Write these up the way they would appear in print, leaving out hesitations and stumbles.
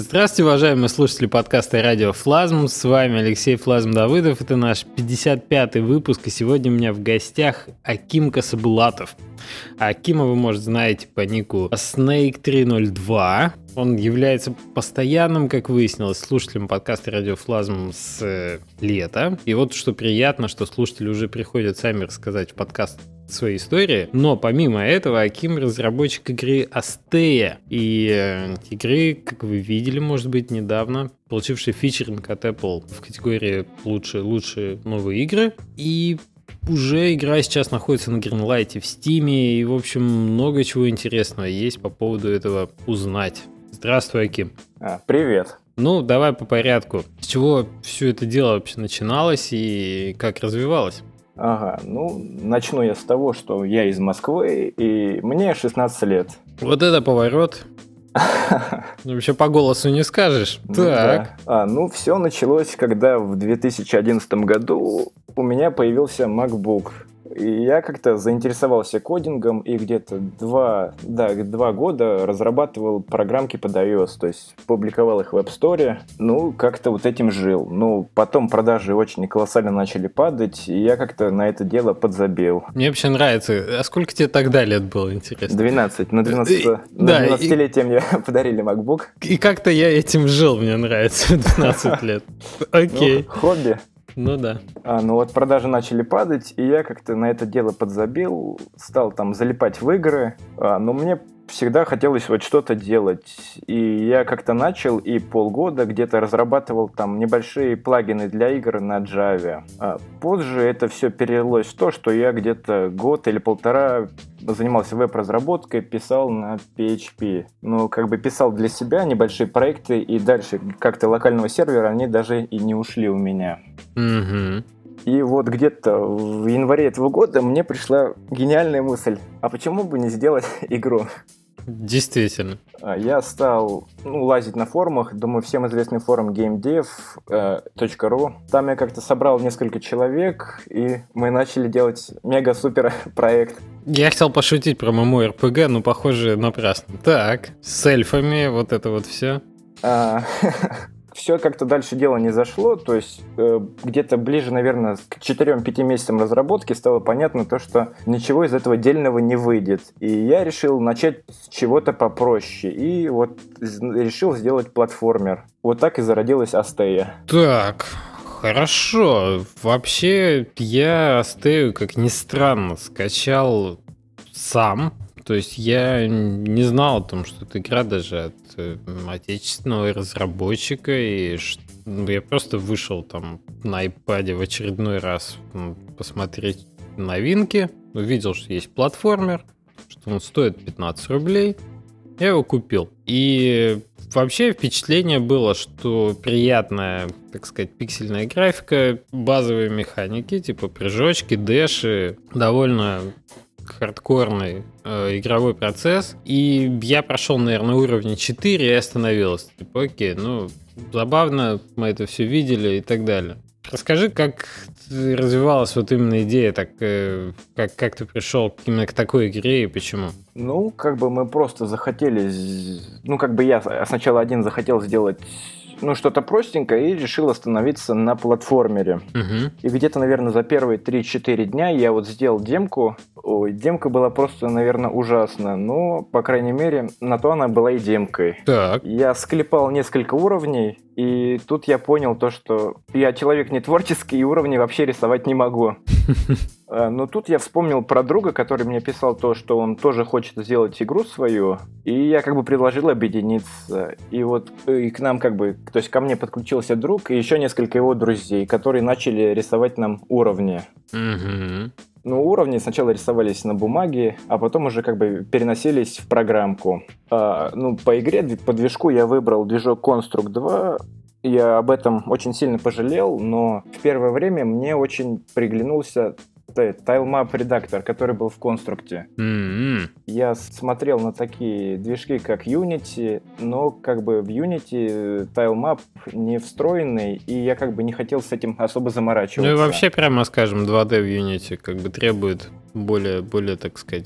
Здравствуйте, уважаемые слушатели подкаста «Радио Флазм». С вами Алексей Флазм-Давыдов. Это наш 55-й выпуск, и сегодня у меня в гостях Аким Касабулатов. Акима вы, может, знаете по нику Snake302. Он является постоянным, как выяснилось, слушателем подкаста «Радио Флазм» с лета. И вот что приятно, что слушатели уже приходят сами рассказать в подкаст свои истории. Но помимо этого, Аким разработчик игры Астея. И игры, как вы видели, может быть, недавно, получивший фичеринг от Apple в категории лучшие новые игры. И уже игра сейчас находится на Greenlight в Steam. И, в общем, много чего интересного есть по поводу этого узнать. Здравствуй, Аким. Привет. Ну, давай по порядку. С чего все это дело вообще начиналось и как развивалось? Ага, начну я с того, что я из Москвы, и мне 16 лет. Вот это поворот. Вообще по голосу не скажешь. Так. Да. Все началось, когда в 2011 году у меня появился MacBook. И я как-то заинтересовался кодингом и где-то 2 года разрабатывал программки под iOS, то есть публиковал их в App Store, как-то вот этим жил. Потом продажи очень колоссально начали падать, и я как-то на это дело подзабил. Мне вообще нравится. А сколько тебе тогда лет было, интересно? 12. На 12-летие мне подарили MacBook. И как-то я этим жил, мне нравится, 12 лет. Окей. Хобби. Ну да. Продажи начали падать, и я как-то на это дело подзабил, стал там залипать в игры, но мне всегда хотелось что-то делать. И я как-то начал и полгода где-то разрабатывал там небольшие плагины для игр на Java. Позже это все перелилось в то, что я где-то год или полтора занимался веб-разработкой, писал на PHP. Писал для себя небольшие проекты, и дальше как-то локального сервера они даже и не ушли у меня. Угу. И вот где-то в январе этого года мне пришла гениальная мысль. А почему бы не сделать игру? Действительно. Я стал лазить на форумах, думаю, всем известный форум gamedev.ru. Там я как-то собрал несколько человек, и мы начали делать мега-супер проект. Я хотел пошутить про MMORPG, но, похоже, напрасно. Так, с эльфами, вот это вот все. Все как-то дальше дело не зашло, то есть где-то ближе, наверное, к 4-5 месяцам разработки стало понятно то, что ничего из этого дельного не выйдет. И я решил начать с чего-то попроще, и вот решил сделать платформер. Вот так и зародилась Астея. Так, хорошо. Вообще, я Астею, как ни странно, скачал сам. То есть я не знал о том, что это игра даже от отечественного разработчика, и я просто вышел там на iPad в очередной раз посмотреть новинки, увидел, что есть платформер, что он стоит 15 рублей, я его купил. И вообще впечатление было, что приятная, так сказать, пиксельная графика, базовые механики, типа прыжочки, дэши, довольно хардкорный игровой процесс. И я прошел, наверное, уровня 4 и остановился. Типа, окей, забавно, мы это все видели и так далее. Расскажи, как развивалась вот именно идея, как ты пришел именно к такой игре и почему? Мы просто захотели... я сначала один захотел сделать что-то простенькое и решил остановиться на платформере. Угу. И где-то, наверное, за первые 3-4 дня я сделал демку. Демка была просто, наверное, ужасна, но, по крайней мере, на то она была и демкой. Так. Я склепал несколько уровней, и тут я понял то, что я человек не творческий, и уровни вообще рисовать не могу. Но тут я вспомнил про друга, который мне писал то, что он тоже хочет сделать игру свою, и я предложил объединиться. И к нам то есть ко мне подключился друг и еще несколько его друзей, которые начали рисовать нам уровни. Угу. Уровни сначала рисовались на бумаге, а потом уже переносились в программку. По игре, по движку я выбрал движок Construct 2. Я об этом очень сильно пожалел, но в первое время мне очень приглянулся Tilemap редактор, который был в конструкте. Mm-hmm. Я смотрел на такие движки, как Unity, но в Unity Tilemap не встроенный, и я не хотел с этим особо заморачиваться. И вообще, прямо скажем, 2D в Unity требует более, так сказать,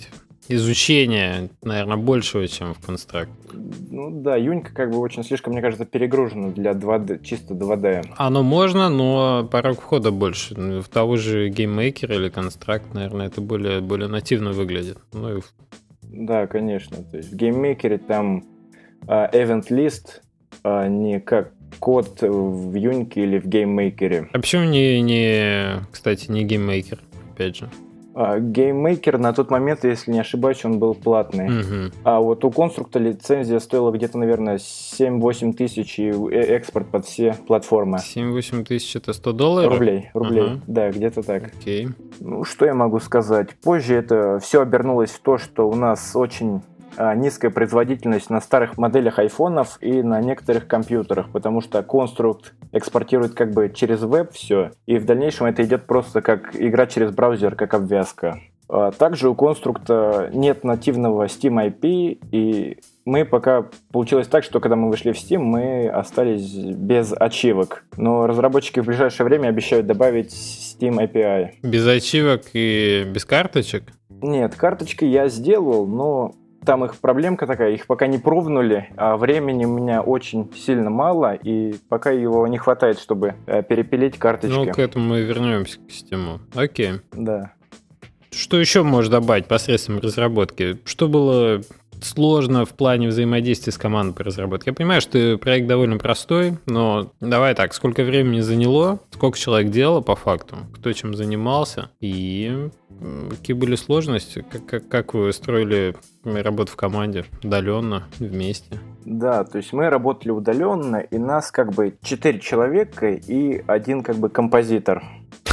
изучения, наверное, большего, чем в Construct. Ну да, Юнька как бы очень слишком, мне кажется, перегружена для 2D, чисто 2D. Оно можно, но порог входа больше. В того же GameMaker или Construct, наверное, это более нативно выглядит. Ну, и... Да, конечно. То есть в GameMaker там event list не как код в Юньке или в GameMaker. А почему кстати, не GameMaker, опять же? GameMaker на тот момент, если не ошибаюсь, он был платный. Угу. А вот у Construct лицензия стоила где-то, наверное, 7-8 тысяч и экспорт под все платформы. 7-8 тысяч это $100? Рублей, Ага. да, где-то так. Окей. Ну, что я могу сказать? Позже это все обернулось в то, что у нас очень низкая производительность на старых моделях айфонов и на некоторых компьютерах, потому что Construct экспортирует как бы через веб все, и в дальнейшем это идет просто как игра через браузер, как обвязка. Также у Construct нет нативного Steam IP, и мы пока получилось так, что когда мы вышли в Steam, мы остались без ачивок. Но разработчики в ближайшее время обещают добавить Steam API. Без ачивок и без карточек? Нет, карточки я сделал, но там их проблемка такая, их пока не пробовали, а времени у меня очень сильно мало, и пока его не хватает, чтобы перепилить карточки. Ну, к этому мы вернемся к Steam. Окей. Да. Что еще можешь добавить посредством разработки? Что было сложно в плане взаимодействия с командой по разработке? Я понимаю, что проект довольно простой, но давай так, сколько времени заняло, сколько человек делало по факту, кто чем занимался и какие были сложности, как вы строили работу в команде, удаленно, вместе? Да, то есть мы работали удаленно, и нас как бы 4 человека и один как бы композитор.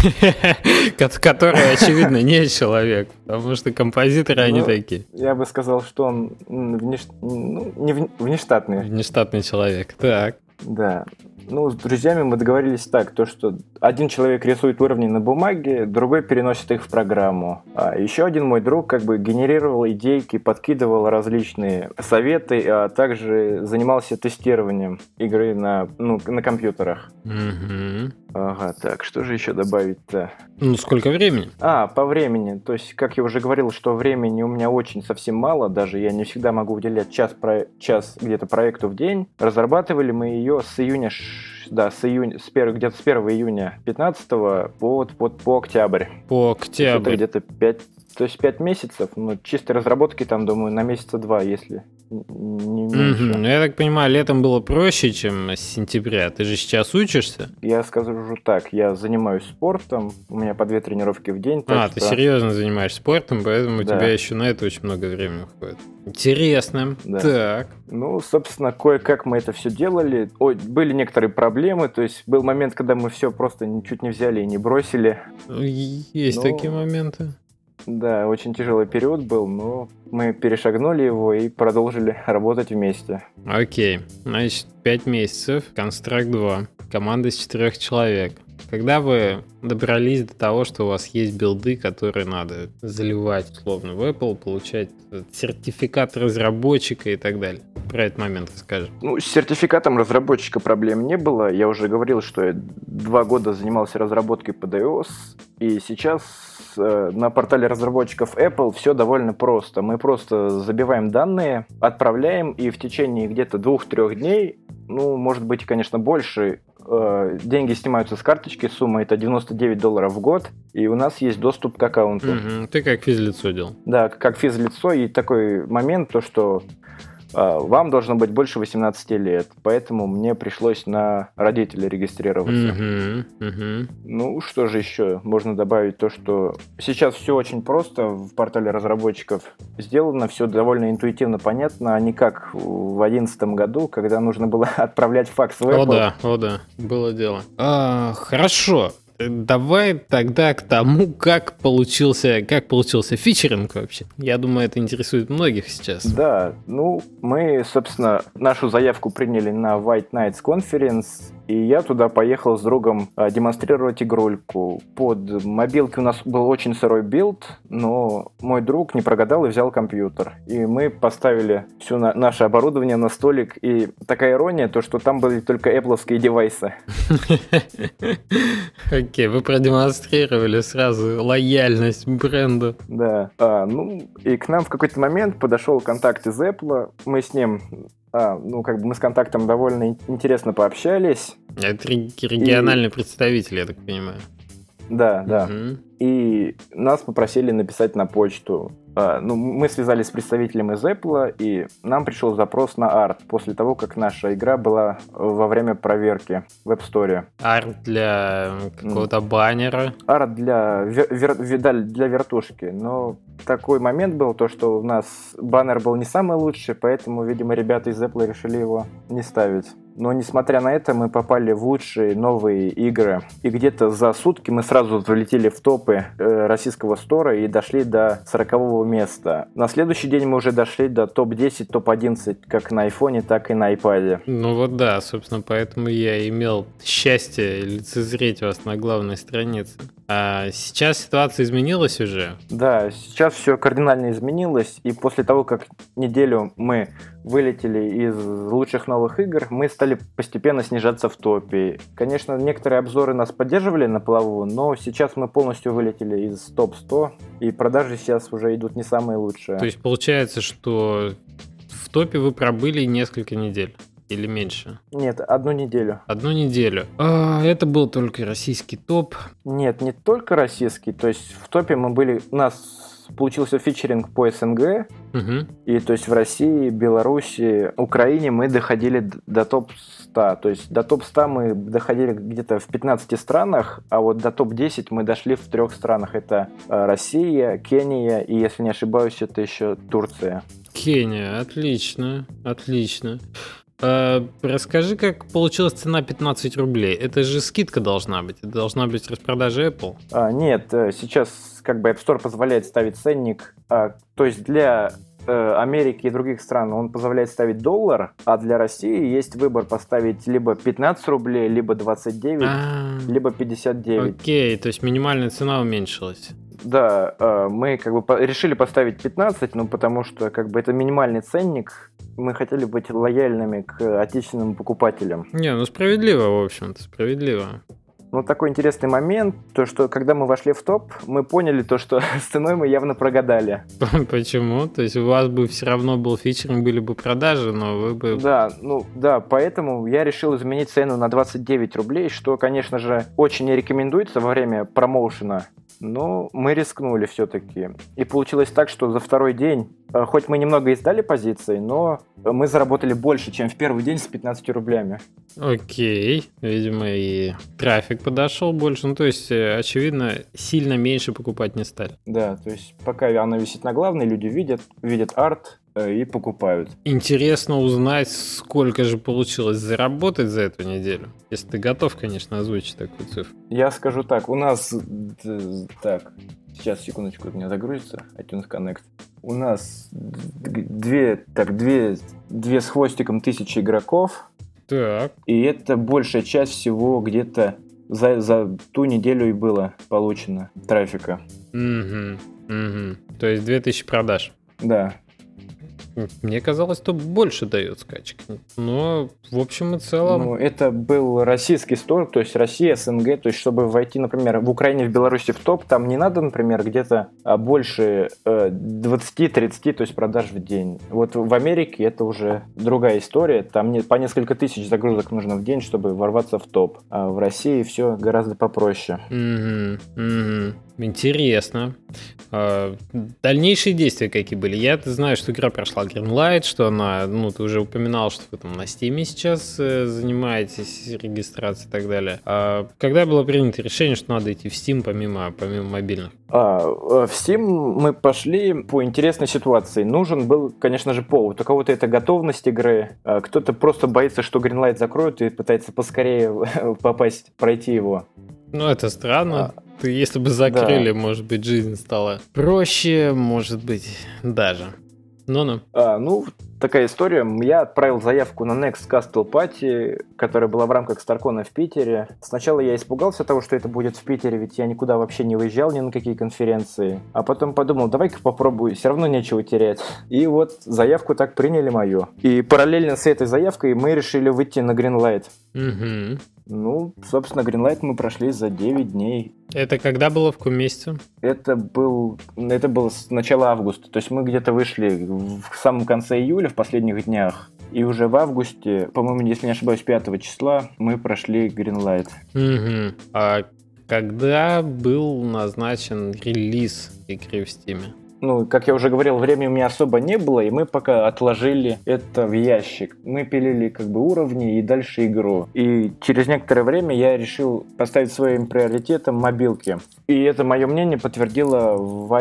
Который, очевидно, не человек, потому что композиторы они такие. Я бы сказал, что он не внештатный. Внештатный человек, так. Да. Ну, с друзьями мы договорились так, то что один человек рисует уровни на бумаге, другой переносит их в программу. А еще один мой друг как бы генерировал идейки, подкидывал различные советы, а также занимался тестированием игры на компьютерах. Угу. Ага, так, что же еще добавить-то? Ну, сколько времени? По времени. То есть, как я уже говорил, что времени у меня очень совсем мало, даже я не всегда могу уделять час где-то проекту в день. Разрабатывали мы ее с июня, где-то с 1 июня 15 по октябрь. По октябрь. Это где-то 5 месяцев, но чистой разработки там, думаю, на месяца 2, если не меньше. Ну, я так понимаю, летом было проще, чем с сентября. Ты же сейчас учишься? Я скажу так, я занимаюсь спортом, у меня по 2 тренировки в день. Ты серьезно занимаешься спортом, поэтому у тебя еще на это очень много времени уходит. Интересно. Да. Так. Ну, собственно, кое-как мы это все делали. Были некоторые проблемы, то есть был момент, когда мы все просто чуть не взяли и не бросили. Есть такие моменты. Да, очень тяжелый период был, но мы перешагнули его и продолжили работать вместе. Окей, значит, 5 месяцев, Construct 2, команда из 4 человек. Когда вы добрались до того, что у вас есть билды, которые надо заливать условно в Apple, получать сертификат разработчика и так далее? Про этот момент расскажи. Ну, с сертификатом разработчика проблем не было. Я уже говорил, что я 2 года занимался разработкой под iOS, и сейчас на портале разработчиков Apple все довольно просто. Мы просто забиваем данные, отправляем, и в течение где-то 2-3 дней, может быть, конечно, больше, деньги снимаются с карточки, сумма это $99 в год, и у нас есть доступ к аккаунту. Ты как физлицо делал? Да, как физлицо, и такой момент, то что вам должно быть больше 18 лет, поэтому мне пришлось на родителей регистрироваться. Ну, что же еще? Можно добавить то, что сейчас все очень просто в портале разработчиков сделано, все довольно интуитивно понятно, а не как в 2011 году, когда нужно было отправлять факс в Apple. О да, было дело. Хорошо. Давай тогда к тому, как получился фичеринг вообще. Я думаю, это интересует многих сейчас. Да, мы, собственно, нашу заявку приняли на White Nights Conference, и я туда поехал с другом демонстрировать игрульку. Под мобилки у нас был очень сырой билд, но мой друг не прогадал и взял компьютер. И мы поставили все наше оборудование на столик, и такая ирония, то что там были только Apple-овские девайсы. Окей, вы продемонстрировали сразу лояльность бренду. Да. И к нам в какой-то момент подошел контакт из Apple. Мы с ним, мы с контактом довольно интересно пообщались. Это региональный представитель, я так понимаю. Да, да. И нас попросили написать на почту. Мы связались с представителем из Apple, и нам пришел запрос на арт после того, как наша игра была во время проверки в App Store. Арт для какого-то баннера? Арт для вертушки. Но такой момент был, то, что у нас баннер был не самый лучший, поэтому, видимо, ребята из Apple решили его не ставить. Но, несмотря на это, мы попали в лучшие новые игры. И где-то за сутки мы сразу влетели в топы российского стора и дошли до 40-го места. На следующий день мы уже дошли до топ-10, топ-11, как на айфоне, так и на айпаде. Ну вот да, собственно, поэтому я имел счастье лицезреть вас на главной странице. А сейчас ситуация изменилась уже? Да, сейчас все кардинально изменилось. И после того, как неделю мы вылетели из лучших новых игр, мы стали постепенно снижаться в топе. Конечно, некоторые обзоры нас поддерживали на плаву, но сейчас мы полностью вылетели из топ-100, и продажи сейчас уже идут не самые лучшие. То есть получается, что в топе вы пробыли несколько недель? Или меньше? Нет, 1 неделю. 1 неделю. Это был только российский топ? Нет, не только российский. То есть в топе мы были... У нас получился фичеринг по СНГ. И то есть в России, Беларуси, Украине мы доходили до топ-100. То есть до топ-100 мы доходили где-то в 15 странах, а вот до топ-10 мы дошли в 3 странах. Это Россия, Кения и, если не ошибаюсь, это еще Турция. Кения, отлично, отлично. Расскажи, как получилась цена 15 рублей. Это же скидка должна быть. Это должна быть распродажа Apple. Нет, сейчас как бы App Store позволяет ставить ценник. То есть для Америки и других стран он позволяет ставить $1, а для России есть выбор поставить либо 15 рублей, либо 29, либо 59. Окей, то есть минимальная цена уменьшилась. Да, мы как бы решили поставить 15, потому что как бы это минимальный ценник. Мы хотели быть лояльными к отечественным покупателям. Справедливо, в общем-то, справедливо. Такой интересный момент, то что когда мы вошли в топ, мы поняли то, что с ценой мы явно прогадали. Почему? То есть у вас бы все равно был фичеринг, были бы продажи, но вы бы... Да, поэтому я решил изменить цену на 29 рублей, что, конечно же, очень не рекомендуется во время промоушена. Но мы рискнули все-таки. И получилось так, что за второй день, хоть мы немного и сдали позиции, но мы заработали больше, чем в первый день с 15 рублями. Окей, видимо, и трафик подошел больше. То есть, очевидно, сильно меньше покупать не стали. Да, то есть пока она висит на главной, люди видят арт и покупают. Интересно узнать, сколько же получилось заработать за эту неделю. Если ты готов, конечно, озвучить такую цифру. Я скажу так, у нас... Так, сейчас, секундочку, у меня загрузится iTunes Connect. У нас две с хвостиком тысячи игроков. Так. И это большая часть всего где-то за ту неделю и было получено трафика. То есть 2000 продаж. Да. Мне казалось, что больше дает скачек. Но в общем и целом... Это был российский стор, то есть Россия, СНГ. То есть чтобы войти, например, в Украине, в Беларуси в топ, там не надо, например, где-то больше 20-30, то есть продаж в день. Вот в Америке это уже другая история. Там по несколько тысяч загрузок нужно в день, чтобы ворваться в топ. А в России все гораздо попроще. Интересно. Дальнейшие действия какие были? Я знаю, что игра прошла Greenlight, что она, ты уже упоминал, что вы там на Steam сейчас занимаетесь регистрацией и так далее. Когда было принято решение, что надо идти в Steam помимо мобильных? В Steam мы пошли по интересной ситуации. Нужен был, конечно же, повод. У кого-то это готовность игры, кто-то просто боится, что Greenlight закроют и пытается поскорее пройти его. Это странно. Если бы закрыли, может быть, жизнь стала проще, может быть, даже. Ну-ну. Ну, такая история. Я отправил заявку на Next Castle Party, которая была в рамках StarCon в Питере. Сначала я испугался того, что это будет в Питере, ведь я никуда вообще не выезжал, ни на какие конференции. А потом подумал, давай-ка попробую, все равно нечего терять. И вот заявку так приняли мою. И параллельно с этой заявкой мы решили выйти на Greenlight. Угу. Ну, собственно, Greenlight мы прошли за 9 дней. Это когда было, в каком месяце? Это было с начала августа. То есть мы где-то вышли в самом конце июля, в последних днях. И уже в августе, по-моему, если не ошибаюсь, 5 числа мы прошли Greenlight. Угу. А когда был назначен релиз игры в Steam? Ну, как я уже говорил, времени у меня особо не было, и мы пока отложили это в ящик. Мы пилили как бы уровни и дальше игру. И через некоторое время я решил поставить своим приоритетом мобилки. И это мое мнение подтвердила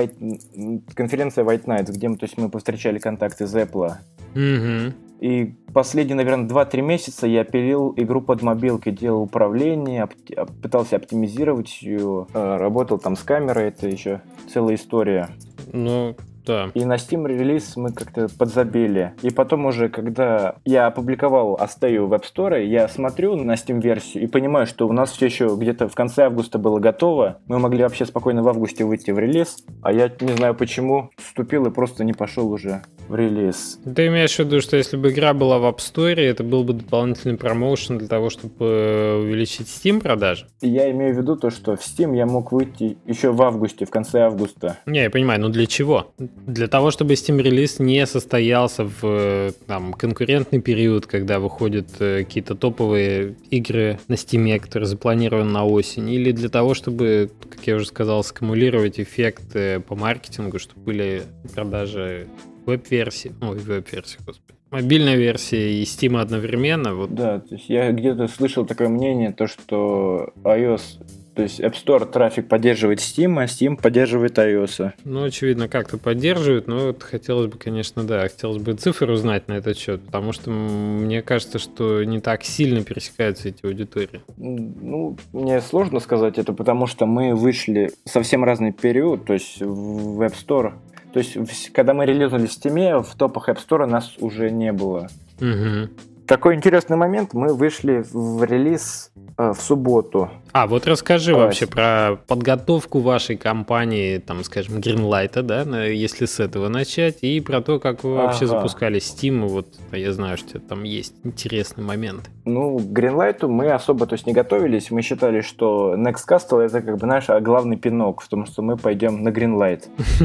конференция White Nights, где мы повстречали контакты Apple. Угу. И последние, наверное, 2-3 месяца я пилил игру под мобилкой, делал управление, пытался оптимизировать ее, работал там с камерой, это еще целая история. Ну, да. И на Steam релиз мы как-то подзабили. И потом уже, когда я опубликовал Астею в App Store, я смотрю на Steam версию и понимаю, что у нас все еще где-то в конце августа было готово. Мы могли вообще спокойно в августе выйти в релиз, а я не знаю почему вступил и просто не пошел уже в релиз. Ты имеешь в виду, что если бы игра была в App Store, это был бы дополнительный промоушен для того, чтобы увеличить Steam продажи? Я имею в виду то, что в Steam я мог выйти еще в августе, в конце августа. Не, я понимаю, но для чего? Для того, чтобы Steam релиз не состоялся в конкурентный период, когда выходят какие-то топовые игры на Steam, которые запланированы на осень, или для того, чтобы, как я уже сказал, скумулировать эффект по маркетингу, чтобы были продажи веб-версии, господи, мобильной версии и Steam одновременно. Вот. Да, то есть я где-то слышал такое мнение, то что iOS, то есть App Store трафик поддерживает Steam, а Steam поддерживает iOS. Ну, очевидно, как-то поддерживает, но вот хотелось бы, конечно, хотелось бы цифры узнать на этот счет, потому что мне кажется, что не так сильно пересекаются эти аудитории. Ну, мне сложно сказать это, потому что мы вышли в совсем разный период, то есть в App Store. То есть, когда мы релизнули в Steam, в топах App Store нас уже не было. Угу. Такой интересный момент, мы вышли в релиз в субботу. Вот расскажи вообще про подготовку вашей компании, там, скажем, Greenlight, да, если с этого начать, и про то, как вы вообще запускали Steam, вот, я знаю, что там есть интересный момент. Ну, к Greenlight мы особо, не готовились, мы считали, что Next Castle это как бы наш главный пинок в том, что мы пойдем на Greenlight.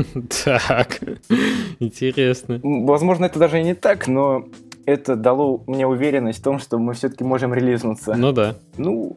Так, интересно. Возможно, это даже и не так, но это дало мне уверенность в том, что мы все-таки можем релизнуться. Ну да. Ну,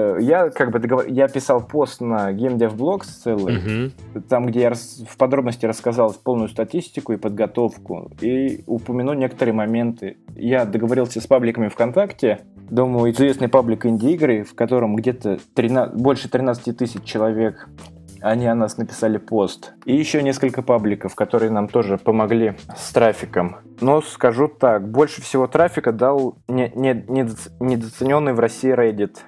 я писал пост на GameDevBlogs целый, там, где я в подробности рассказал полную статистику и подготовку, и упомянул некоторые моменты. Я договорился с пабликами ВКонтакте, думаю, известный паблик инди-игры, в котором где-то больше 13 тысяч человек. Они о нас написали пост. И еще несколько пабликов, которые нам тоже помогли с трафиком. Но скажу так, больше всего трафика дал недооцененный в России Reddit.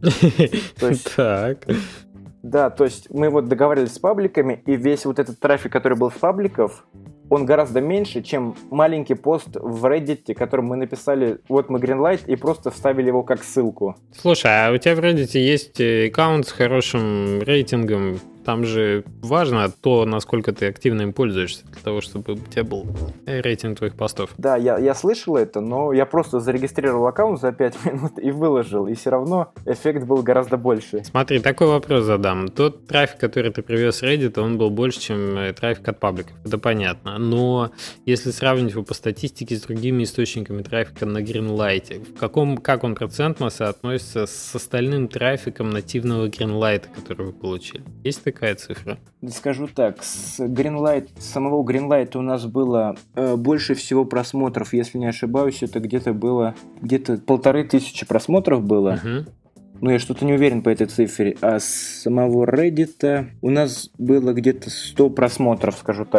Так. Да, то есть мы вот договаривались с пабликами, и весь вот этот трафик, который был с пабликов, он гораздо меньше, чем маленький пост в Reddit, которым мы написали «Вот мы Greenlight» и просто вставили его как ссылку. Слушай, а у тебя в Reddit есть аккаунт с хорошим рейтингом? Там же важно то, насколько ты активно им пользуешься, для того, чтобы у тебя был рейтинг твоих постов. Да, я слышал это, но я просто зарегистрировал аккаунт за 5 минут и выложил, и все равно эффект был гораздо больше. Смотри, такой вопрос задам. Тот трафик, который ты привез с Reddit, он был больше, чем трафик от пабликов. Это понятно. Но если сравнивать его по статистике с другими источниками трафика на Greenlight, как он процентно соотносится с остальным трафиком нативного Greenlight, который вы получили? Есть такая цифра? Скажу так, самого Greenlight у нас было больше всего просмотров, если не ошибаюсь, это где-то 1500 просмотров было. Ну, я что-то не уверен по этой цифре. А с самого Reddit у нас было где-то 100 просмотров, скажу так.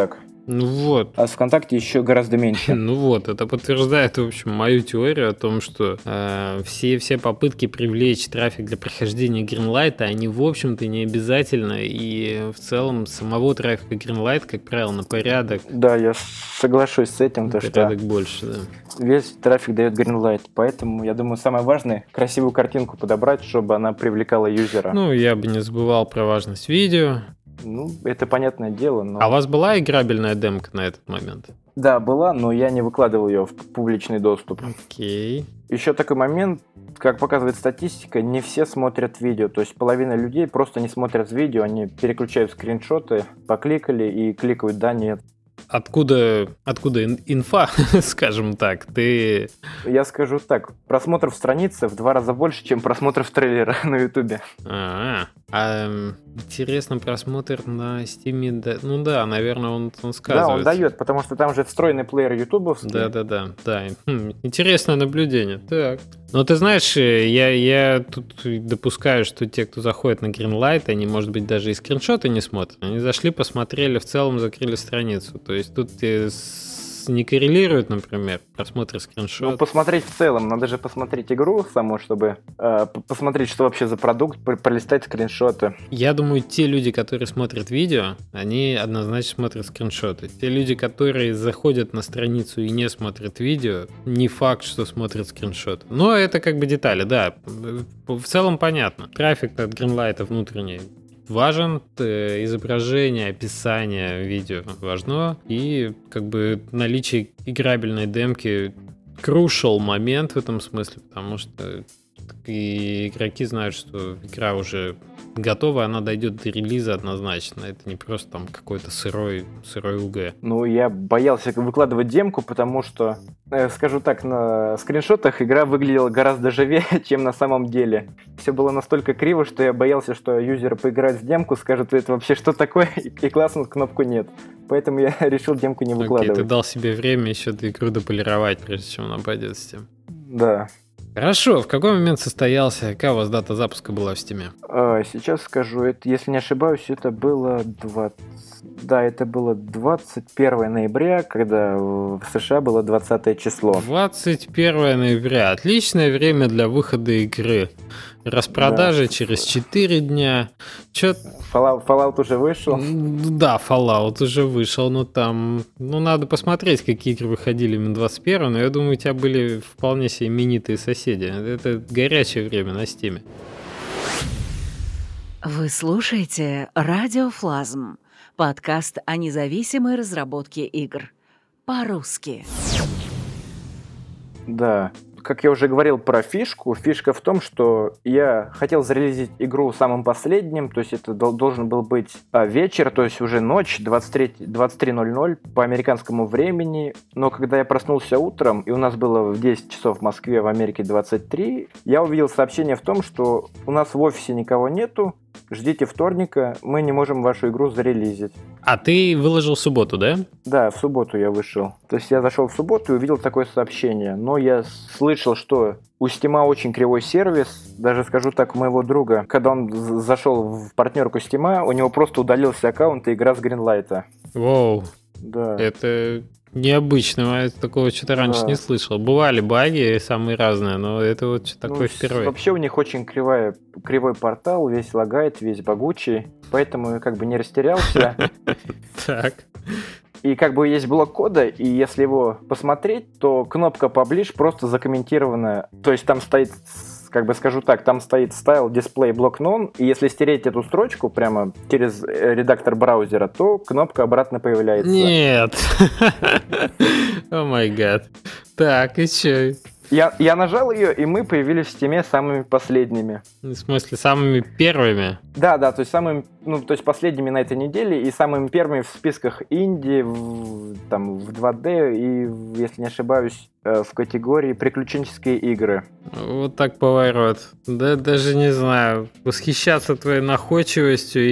Ну вот. А с ВКонтакте еще гораздо меньше. Ну вот, это подтверждает, в общем, мою теорию о том, что все попытки привлечь трафик для прохождения Greenlight, они, в общем-то, не обязательно, и в целом самого трафика Greenlight, как правило, на порядок. Да, я соглашусь с этим, то, порядок что больше, да. весь трафик дает Greenlight, поэтому, я думаю, самое важное — красивую картинку подобрать, чтобы она привлекала юзера. Ну, я бы не забывал про важность видео. Ну, это понятное дело, но... А у вас была играбельная демка на этот момент? Да, была, но я не выкладывал ее в публичный доступ. Окей. Еще такой момент, как показывает статистика, не все смотрят видео. То есть половина людей просто не смотрят видео, они переключают скриншоты, покликали и кликают «да», «нет». Откуда инфа, скажем так? Ты... Я скажу так, просмотров страницы в 2 раза больше, чем просмотров трейлера на Ютубе. Интересно, просмотр на Стиме... Ну да, наверное, он сказывается. Да, он дает, потому что там же встроенный плеер ютубовский. Да. Интересное наблюдение. Так. Но ты знаешь, я тут допускаю, что те, кто заходит на Greenlight, они, может быть, даже и скриншоты не смотрят. Они зашли, посмотрели, в целом закрыли страницу. То есть тут не коррелирует, например, просмотр скриншотов. Ну, посмотреть в целом. Надо же посмотреть игру саму, чтобы посмотреть, что вообще за продукт, пролистать скриншоты. Я думаю, те люди, которые смотрят видео, они однозначно смотрят скриншоты. Те люди, которые заходят на страницу и не смотрят видео, не факт, что смотрят скриншоты. Но это как бы детали, да. В целом понятно. Трафик от Greenlight внутренний важен, изображение, описание видео важно, и как бы наличие играбельной демки crucial момент в этом смысле, потому что и игроки знают, что игра уже готова, она дойдет до релиза однозначно. Это не просто там какой-то сырой УГ. Ну, я боялся выкладывать демку, потому что, скажу так, на скриншотах игра выглядела гораздо живее, чем на самом деле. Все было настолько криво, что я боялся, что юзер поиграет в демку, скажет, это вообще что такое, и класснут кнопку «нет». Поэтому я решил демку не выкладывать. Окей, ты дал себе время еще эту игру дополировать, прежде чем она пойдет в Steam. Да. Хорошо, в какой момент состоялся, какая у вас дата запуска была в Steam? Сейчас скажу, это, если не ошибаюсь, это было 21 ноября, когда в США было 20 число. 21 ноября, отличное время для выхода игры. Распродажи через 4 дня. Fallout уже вышел? Да, Fallout уже вышел, но там... надо посмотреть, какие игры выходили именно 21, но я думаю, у тебя были вполне себе именитые соседи. Это горячее время на Steam. Вы слушаете «Радио Флазм», подкаст о независимой разработке игр. По-русски. Да. Как я уже говорил про фишку, фишка в том, что я хотел зарелизить игру самым последним, то есть это должен был быть вечер, то есть уже ночь, 23:00 по американскому времени, но когда я проснулся утром, и у нас было в 10 часов в Москве, в Америке 23, я увидел сообщение в том, что у нас в офисе никого нету, ждите вторника, мы не можем вашу игру зарелизить. А ты выложил в субботу, да? Да, в субботу я вышел. То есть я зашел в субботу и увидел такое сообщение. Но я слышал, что у Steam очень кривой сервис. Даже скажу так, у моего друга, когда он зашел в партнерку Steam, у него просто удалился аккаунт и игра с Greenlight. Воу. Да. Это необычно, я такого что-то раньше не слышал. Бывали баги самые разные, но это вот что такое впервые. Вообще у них очень кривой портал, весь лагает, весь багучий, поэтому я как бы не растерялся. Так. И как бы есть блок кода, и если его посмотреть, то кнопка Publish просто закомментирована, то есть там стоит, как бы скажу так, там стоит style display block none, и если стереть эту строчку прямо через редактор браузера, то кнопка обратно появляется. Нет. О май гад. Так, и чё? Я нажал ее, и мы появились в Steam самыми последними. В смысле, самыми первыми? Да, то есть последними на этой неделе и самыми первыми в списках инди, там в 2D и, если не ошибаюсь, в категории приключенческие игры. Вот так поворот. Да даже не знаю, восхищаться твоей находчивостью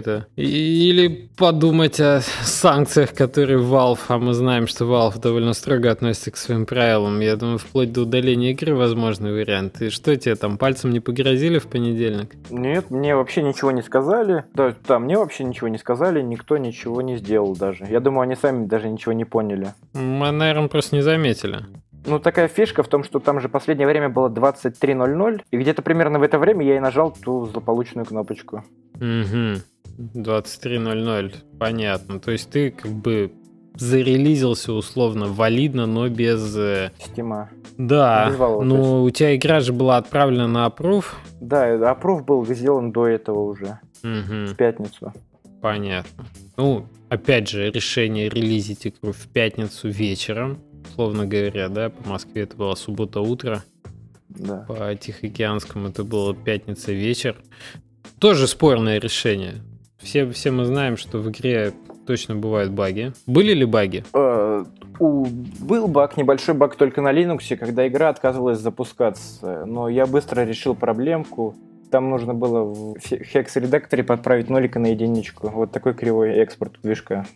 или подумать о санкциях, которые Valve, а мы знаем, что Valve довольно строго относится к своим правилам. Я думаю, вплоть до удаления игры возможный вариант. И что тебе там, пальцем не погрозили в понедельник? Нет, мне вообще ничего не сказали. Да, мне вообще ничего не сказали, никто ничего не сделал даже. Я думаю, они сами даже ничего не поняли. Мы, наверное, просто не заметили. Ну, такая фишка в том, что там же последнее время было 23:00, и где-то примерно в это время я и нажал ту злополучную кнопочку. Угу. 23:00, понятно. То есть ты как бы зарелизился условно валидно, но без... Стима. Да, Без Valve, но у тебя игра же была отправлена на approve. Да, approve был сделан до этого уже, в пятницу. Понятно. Ну, опять же, решение релизить игру в пятницу вечером, условно говоря, да, по Москве это была суббота утро, Да. по Тихоокеанскому это было пятница вечер. Тоже спорное решение. Все мы знаем, что в игре точно бывают баги. Были ли баги? Был баг, небольшой баг только на Linux, когда игра отказывалась запускаться, но я быстро решил проблемку. Там нужно было в Hex-редакторе подправить нолика на единичку. Вот такой кривой экспорт движка.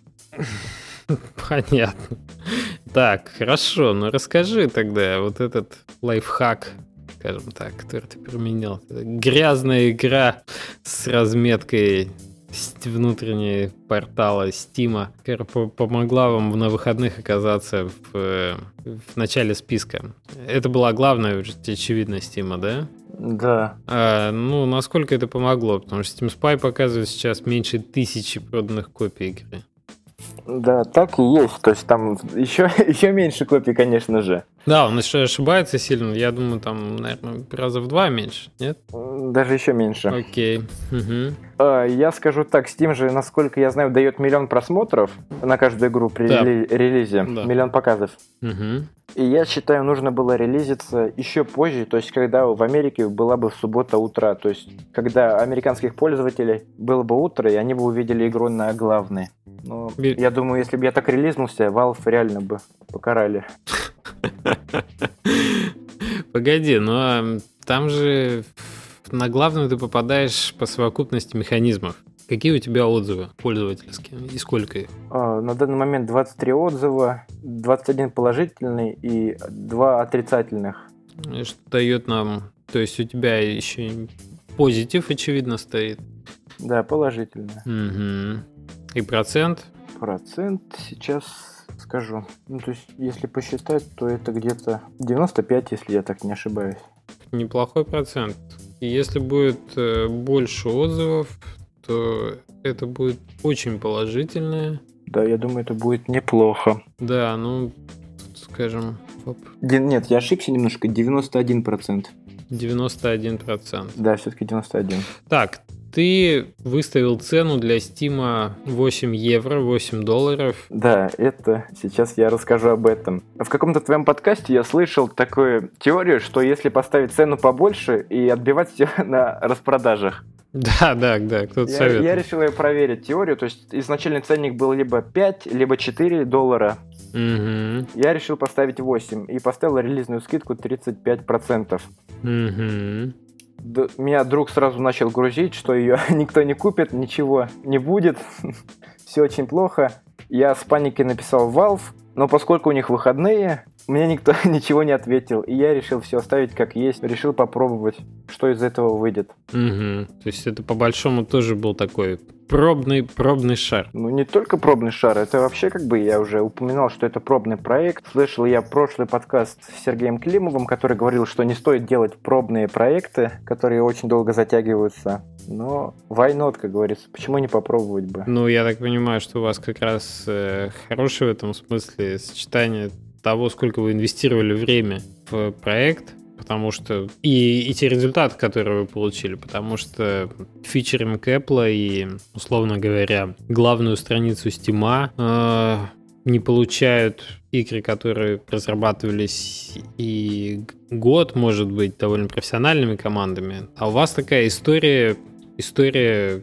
Понятно. Так, хорошо, ну расскажи тогда вот этот лайфхак, скажем так, который ты применил. Грязная игра с разметкой внутренней портала Steam, которая помогла вам на выходных оказаться в начале списка. Это была главная, очевидность, Steam, да? Да. Ну, насколько это помогло? Потому что Steam Spy показывает сейчас меньше 1000 проданных копий игры. Да, так и есть. То есть там еще меньше копий, конечно же. Да, он еще ошибается сильно. Я думаю, там, наверное, раза в 2 меньше, нет? Даже еще меньше. Окей. Угу. Я скажу так, Steam же, насколько я знаю, дает 1 000 000 просмотров на каждую игру при релизе. Да. 1 000 000 показов. Угу. И я считаю, нужно было релизиться еще позже, то есть когда в Америке была бы суббота утра, то есть когда американских пользователей было бы утро, и они бы увидели игру на главной. Но я думаю, если бы я так релизнулся, Valve реально бы покарали. Погоди, но там же на главную ты попадаешь по совокупности механизмов. Какие у тебя отзывы пользовательские и сколько их? На данный момент 23 отзыва, 21 положительный и 2 отрицательных. Что дает нам... То есть у тебя еще позитив, очевидно, стоит? Да, положительно. Угу. И процент? Процент сейчас скажу. Ну, то есть, если посчитать, то это где-то 95, если я так не ошибаюсь. Неплохой процент. И если будет больше отзывов, то это будет очень положительное. Да, я думаю, это будет неплохо. Да, ну, скажем... Нет, я ошибся немножко, 91%. 91%. Да, все-таки 91. Так, ты выставил цену для Steam 8 евро, $8. Да, это сейчас я расскажу об этом. В каком-то твоем подкасте я слышал такую теорию, что если поставить цену побольше и отбивать все на распродажах. Да, кто-то советует. Я решил ее проверить, теорию. То есть изначальный ценник был либо 5, либо $4. Угу. Я решил поставить 8 и поставил релизную скидку 35%. Угу. Меня друг сразу начал грузить, что ее никто не купит, ничего не будет. Все очень плохо. Я с паникой написал Valve, но поскольку у них выходные, мне никто ничего не ответил. И я решил все оставить как есть. Решил попробовать, что из этого выйдет. Угу. То есть это по-большому тоже был такой пробный шар. Ну, не только пробный шар, это вообще как бы я уже упоминал, что это пробный проект. Слышал я прошлый подкаст с Сергеем Климовым, который говорил, что не стоит делать пробные проекты, которые очень долго затягиваются. Но why not, как говорится, почему не попробовать бы? Ну, я так понимаю, что у вас как раз хорошее в этом смысле сочетание того, сколько вы инвестировали время в проект, потому что и те результаты, которые вы получили, потому что фичеринг Apple и, условно говоря, главную страницу Steam не получают игры, которые разрабатывались и год, может быть, довольно профессиональными командами. А у вас такая история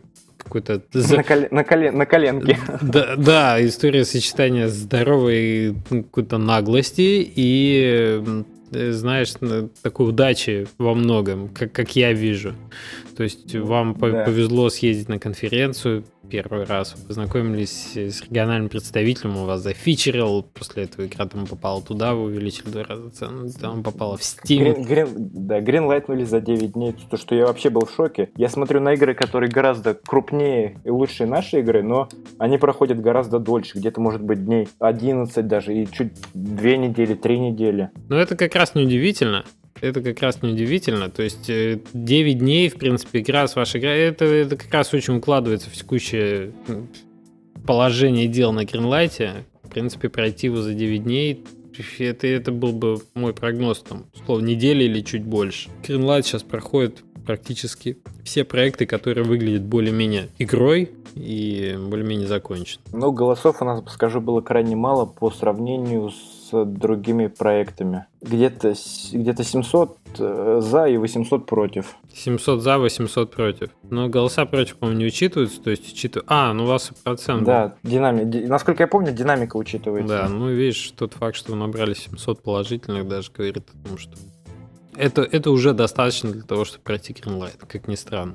какой-то... На коленке. Да, история сочетания здоровой какой-то наглости и, знаешь, такой удачи во многом, как я вижу. То есть вам повезло съездить на конференцию первый раз, вы познакомились с региональным представителем, у вас зафичерил, после этого игра там попала туда, вы увеличили в 2 раза цену, там попала в Steam. Greenlightнули за 9 дней, то, что я вообще был в шоке. Я смотрю на игры, которые гораздо крупнее и лучше нашей игры, но они проходят гораздо дольше, где-то, может быть, дней 11 даже, и чуть 2 недели, 3 недели. Но это как раз неудивительно. Это как раз неудивительно. То есть 9 дней, в принципе, игра с вашей игрой, это как раз очень укладывается в текущее положение дел на Greenlight'е. В принципе, пройти его за 9 дней, это был бы мой прогноз, там, условно, недели или чуть больше. Greenlight сейчас проходит практически все проекты, которые выглядят более-менее игрой и более-менее закончены. Ну, голосов у нас, скажу, было крайне мало по сравнению с другими проектами. Где-то 700 за и 800 против. 700 за, 800 против. Но голоса против, по-моему, не учитываются, то есть ну у вас процент. Да, насколько я помню, динамика учитывается. Да, ну видишь, тот факт, что вы набрали 700 положительных, даже говорит о том, что это уже достаточно для того, чтобы пройти Greenlight, как ни странно.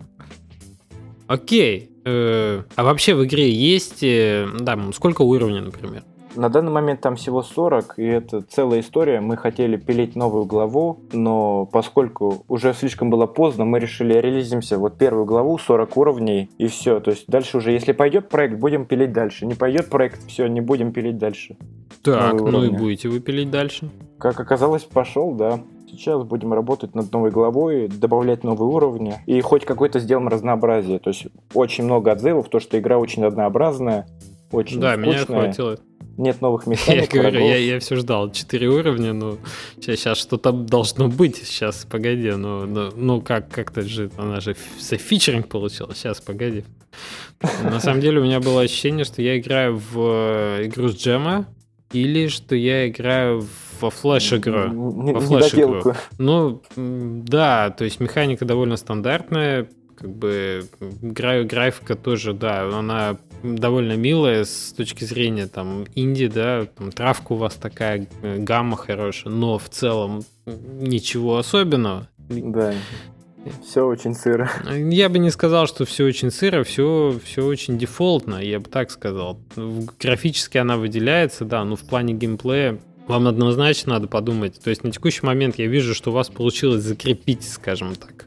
Окей. А вообще в игре есть, сколько уровней, например? На данный момент там всего 40, и это целая история. Мы хотели пилить новую главу, но поскольку уже слишком было поздно, мы решили релизимся вот первую главу, 40 уровней, и все. То есть дальше уже, если пойдет проект, будем пилить дальше. Не пойдет проект, все, не будем пилить дальше. Так, ну и будете вы пилить дальше? Как оказалось, пошел, да. Сейчас будем работать над новой главой, добавлять новые уровни, и хоть какое-то сделаем разнообразие. То есть очень много отзывов, то, что игра очень однообразная, очень скучная. Меня хватило. Нет новых механик. Я говорю, я все ждал 4 уровня, но сейчас что-то должно быть. Сейчас, погоди, как-то же, она же за фичеринг получилась. Сейчас, погоди. На самом деле у меня было ощущение, что я играю в игру с джема, или что я играю во флеш-игру. Недоделку. Ну, да, то есть механика довольно стандартная, как бы графика тоже, да, она довольно милая с точки зрения там инди, да, там травка у вас такая, гамма хорошая, но в целом ничего особенного. Да. Все очень сыро. Я бы не сказал, что все очень сыро, все очень дефолтно, я бы так сказал. Графически она выделяется, да, но в плане геймплея вам однозначно надо подумать. То есть на текущий момент я вижу, что у вас получилось закрепить, скажем так,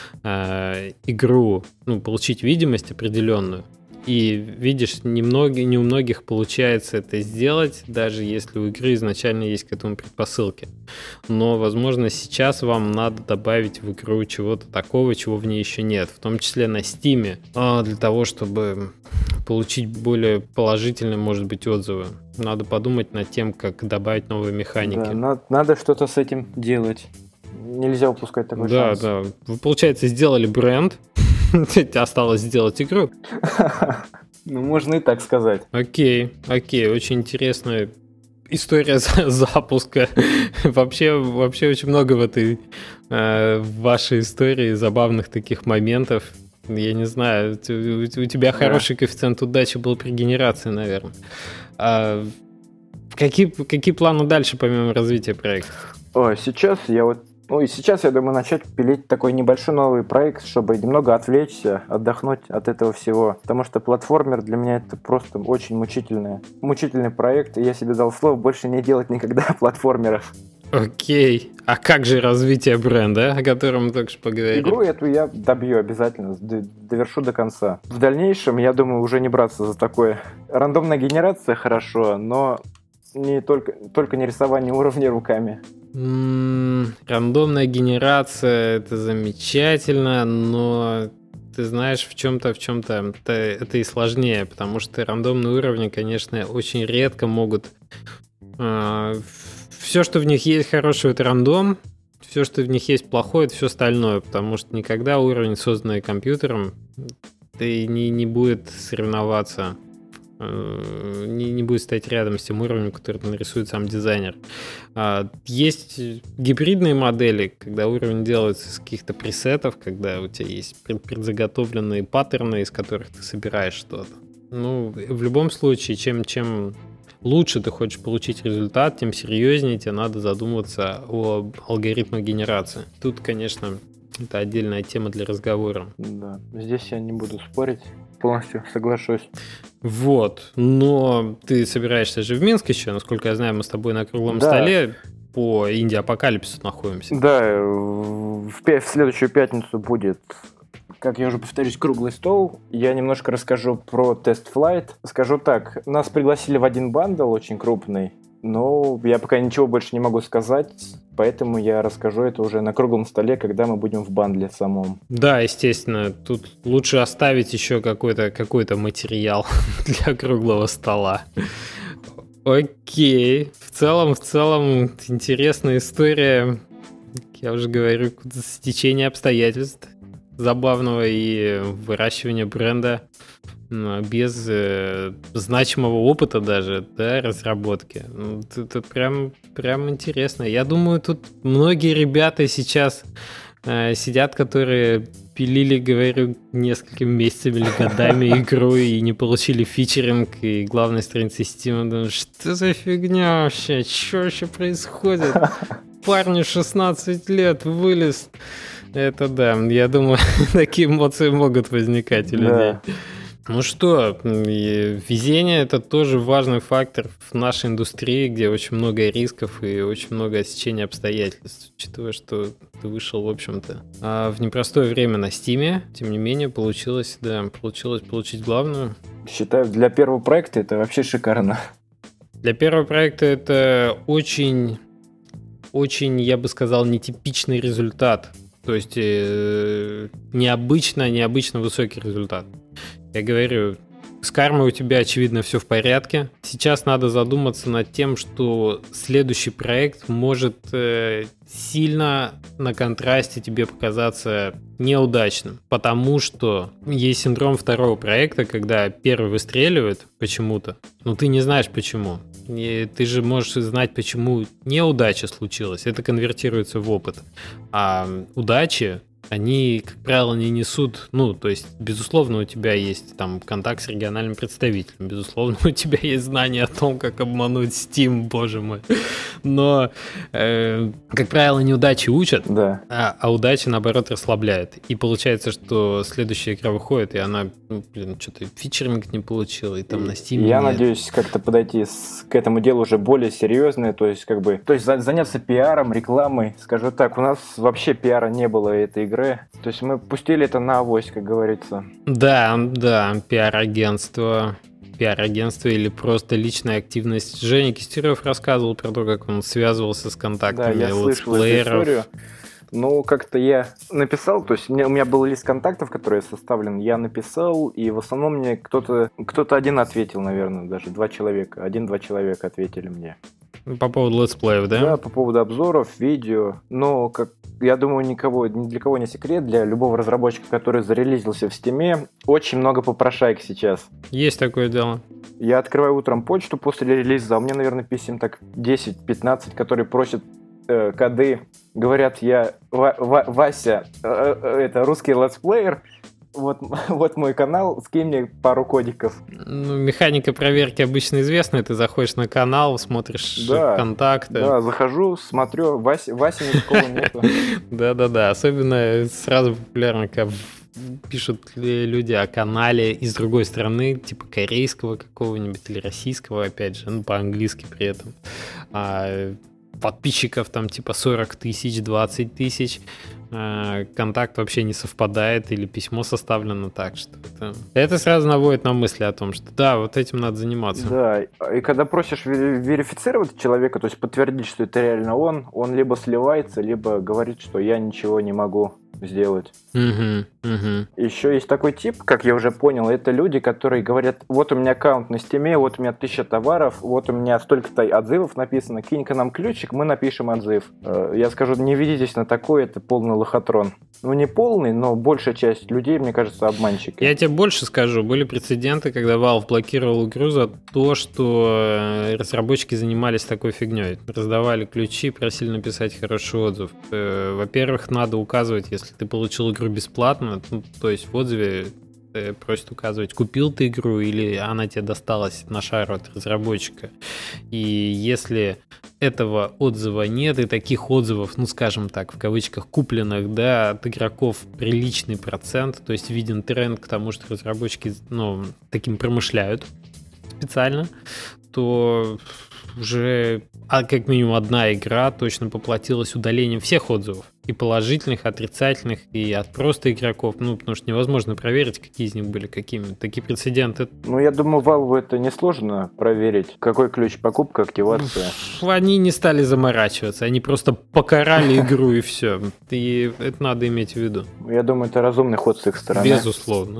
игру, получить видимость определенную. И видишь, не у многих получается это сделать, даже если у игры изначально есть к этому предпосылки. Но, возможно, сейчас вам надо добавить в игру чего-то такого, чего в ней еще нет, в том числе на Steam, для того, чтобы получить более положительные, может быть, отзывы. Надо подумать над тем, как добавить новые механики. Да, надо что-то с этим делать. Нельзя упускать такой шанс. Да. Вы, получается, сделали бренд, осталось сделать игру. Ну, можно и так сказать. Окей, очень интересная история запуска. Вообще очень много в вашей истории забавных таких моментов. Я не знаю, у тебя хороший коэффициент удачи был при генерации, наверное. Какие планы дальше, помимо развития проекта? Сейчас я думаю начать пилить такой небольшой новый проект, чтобы немного отвлечься, отдохнуть от этого всего. Потому что платформер для меня это просто очень мучительный проект, и я себе дал слово больше не делать никогда платформеров. Окей. А как же развитие бренда, о котором мы только что поговорили? Игру эту я добью обязательно, довершу до конца. В дальнейшем, я думаю, уже не браться за такое. Рандомная генерация хорошо, но не только не рисование уровней руками. Рандомная генерация — это замечательно, но ты знаешь, в чем-то это и сложнее, потому что рандомные уровни, конечно, очень редко могут... Все, что в них есть хорошего, это рандом, все, что в них есть плохое, это все остальное, потому что никогда уровень, созданный компьютером, не будет соревноваться не будет стоять рядом с тем уровнем, который нарисует сам дизайнер. Есть гибридные модели, когда уровень делается из каких-то пресетов, когда у тебя есть предзаготовленные паттерны, из которых ты собираешь что-то. Ну, в любом случае, чем лучше ты хочешь получить результат, тем серьезнее тебе надо задумываться о алгоритмах генерации. Тут, конечно, это отдельная тема для разговора. Да, здесь я не буду спорить, полностью соглашусь. Вот, но ты собираешься же в Минск еще, насколько я знаю, мы с тобой на круглом столе по инди-апокалипсису находимся. Да, в следующую пятницу будет, как я уже повторюсь, круглый стол. Я немножко расскажу про тест-флайт. Скажу так, нас пригласили в один бандл очень крупный, но я пока ничего больше не могу сказать, поэтому я расскажу это уже на круглом столе, когда мы будем в бандле самом. Да, естественно, тут лучше оставить еще какой-то материал для круглого стола. Окей. В целом, интересная история. Я уже говорю, стечение обстоятельств забавного и выращивания бренда без значимого опыта даже, да, разработки. Это прям интересно. Я думаю, тут многие ребята сейчас сидят, которые пилили, говорю, несколькими месяцами или годами игру и не получили фичеринг и главной страницы Steam. Думаю, что за фигня вообще? Что вообще происходит? Парню 16 лет, вылез. Это да, я думаю, такие эмоции могут возникать у людей. Ну что, везение — это тоже важный фактор в нашей индустрии, где очень много рисков и очень много отсечения обстоятельств. Учитывая, что ты вышел, в общем-то, в непростое время на Steam, тем не менее, получилось получить главную. Считаю, для первого проекта это вообще шикарно. Для первого проекта это очень, я бы сказал, нетипичный результат. То есть необычно высокий результат. Я говорю, с кармой у тебя, очевидно, все в порядке. Сейчас надо задуматься над тем, что следующий проект может сильно на контрасте тебе показаться неудачным, потому что есть синдром второго проекта, когда первый выстреливает почему-то, но ты не знаешь почему. И ты же можешь знать, почему неудача случилась. Это конвертируется в опыт. А удачи, они, как правило, не несут, то есть, безусловно, у тебя есть там контакт с региональным представителем, безусловно, у тебя есть знание о том, как обмануть Steam, боже мой. Но, как правило, неудачи учат, да. а удача, наоборот, расслабляет. И получается, что следующая игра выходит, и она, что-то фичеринг не получила, и там на Steam Я надеюсь как-то подойти к этому делу уже более серьезно, то есть, заняться пиаром, рекламой. Скажу так, у нас вообще пиара не было этой игры. То есть мы пустили это на авось, как говорится. Да, пиар-агентство или просто личная активность. Женя Кистерев рассказывал про то, как он связывался с контактами летсплееров. Да, я слышал эту историю. Ну, как-то я написал, то есть у меня был лист контактов, который составлен, я написал, и в основном мне кто-то один ответил, наверное, даже 2 человека. 1-2 человека ответили мне. По поводу летсплеев, да? Да, по поводу обзоров, видео. Но, я думаю, ни для кого не секрет, для любого разработчика, который зарелизился в Steam, очень много попрошаек сейчас. Есть такое дело. Я открываю утром почту после релиза, а у меня, наверное, писем так 10-15, которые просят коды. Говорят, я Вася, это русский летсплеер, вот мой канал, скинь мне пару кодиков. Механика проверки обычно известна. Ты заходишь на канал, смотришь контакты. Да, захожу, смотрю, Васи никакого нету. Да. Особенно сразу популярно, когда пишут люди о канале из другой страны, типа корейского какого-нибудь или российского, опять же, по-английски при этом. Подписчиков там типа 40 тысяч, 20 тысяч, контакт вообще не совпадает или письмо составлено так, что это сразу наводит на мысли о том, что да, вот этим надо заниматься. Да, и когда просишь верифицировать человека, то есть подтвердить, что это реально он либо сливается, либо говорит, что я ничего не могу сделать. Угу. Еще есть такой тип, как я уже понял, это люди, которые говорят, вот у меня аккаунт на Стиме, вот у меня 1000 товаров, вот у меня столько-то отзывов написано, кинь-ка нам ключик, мы напишем отзыв. Я скажу, не ведитесь на такое, это полный лохотрон. Ну, не полный, но большая часть людей, мне кажется, обманщики. Я тебе больше скажу, были прецеденты, когда Valve блокировал игру за то, что разработчики занимались такой фигней. Раздавали ключи, просили написать хороший отзыв. Во-первых, надо указывать, если ты получил игру бесплатно, то есть в отзыве просит указывать, купил ты игру или она тебе досталась на шару от разработчика. И если этого отзыва нет, и таких отзывов, ну скажем так, в кавычках, купленных, да, от игроков приличный процент, то есть виден тренд к тому, что разработчики, ну, таким промышляют специально, то уже как минимум одна игра точно поплатилась удалением всех отзывов. И положительных, отрицательных, и от просто игроков. Ну, потому что невозможно проверить, какие из них были какими. Такие прецеденты. Ну, я думаю, Valve это несложно проверить. Какой ключ покупка, активация. Они не стали заморачиваться. Они просто покарали игру и все. И это надо иметь в виду. Я думаю, это разумный ход с их стороны. Безусловно.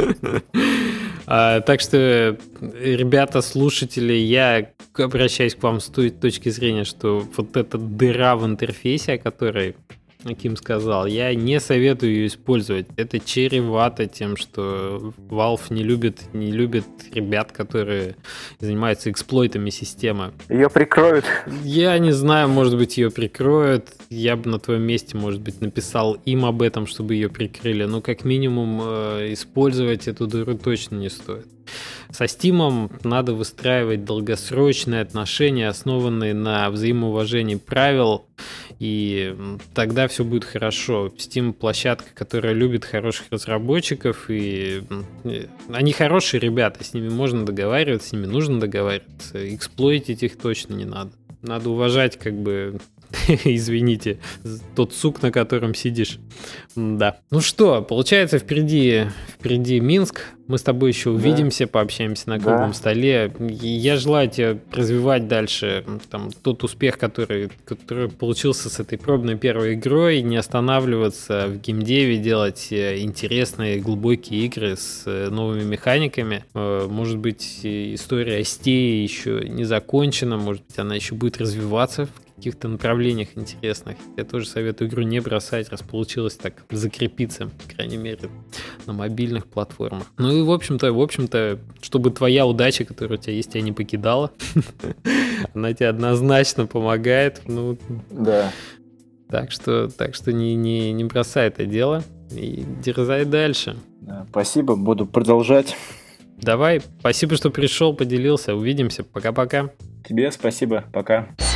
Так что, ребята, слушатели, я обращаюсь к вам с той точки зрения, что вот эта дыра в интерфейсе, о которой Ким сказал, я не советую ее использовать. Это чревато тем, что Valve не любит ребят, которые занимаются эксплойтами системы. Ее прикроют. Я не знаю, может быть, ее прикроют. Я бы на твоем месте, может быть, написал им об этом, чтобы ее прикрыли. Но как минимум использовать эту дыру точно не стоит. Со Steam надо выстраивать долгосрочные отношения, основанные на взаимоуважении правил, и тогда все будет хорошо. Steam — площадка, которая любит хороших разработчиков, и они хорошие ребята, с ними можно договариваться, с ними нужно договариваться, эксплойтить их точно не надо. Надо уважать, как бы, извините, тот сук, на котором сидишь. Да. Ну что, получается, впереди Минск. Мы с тобой еще увидимся, пообщаемся на круглом столе. И я желаю тебе развивать дальше там, тот успех, который получился с этой пробной первой игрой, не останавливаться в геймдеве, делать интересные, глубокие игры с новыми механиками. Может быть, история Остеи еще не закончена, может быть, она еще будет развиваться в каких-то направлениях интересных. Я тоже советую игру не бросать, раз получилось так закрепиться, по крайней мере, на мобильных платформах. Ну и в общем-то, чтобы твоя удача, которая у тебя есть, тебя не покидала, она тебе однозначно помогает. Ну, да. Так что не бросай это дело и дерзай дальше. Да, спасибо, буду продолжать. Давай, спасибо, что пришел, поделился. Увидимся. Пока-пока. Тебе спасибо, пока.